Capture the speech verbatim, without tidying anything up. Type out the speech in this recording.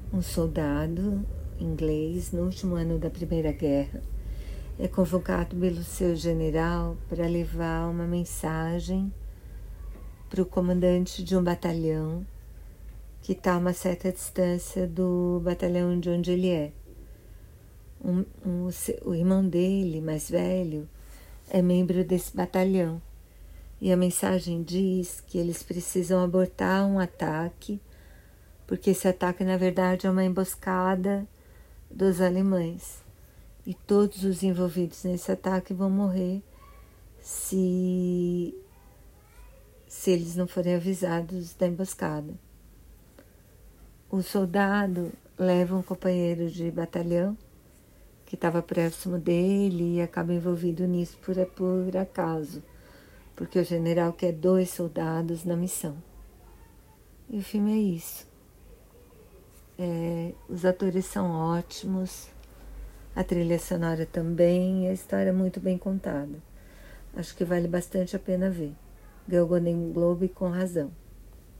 Um soldado inglês, no último ano da Primeira Guerra, é convocado pelo seu general para levar uma mensagem para o comandante de um batalhão que está a uma certa distância do batalhão de onde ele é. Um, um, o irmão dele, mais velho, é membro desse batalhão. E a mensagem diz que eles precisam abortar um ataque, porque esse ataque, na verdade, é uma emboscada dos alemães. E todos os envolvidos nesse ataque vão morrer se, se eles não forem avisados da emboscada. O soldado leva um companheiro de batalhão que estava próximo dele e acaba envolvido nisso por, por acaso, porque o general quer dois soldados na missão. E o filme é isso. É, os atores são ótimos, a trilha sonora também, e a história é muito bem contada. Acho que vale bastante a pena ver. Ganhou o Golden Globe com razão.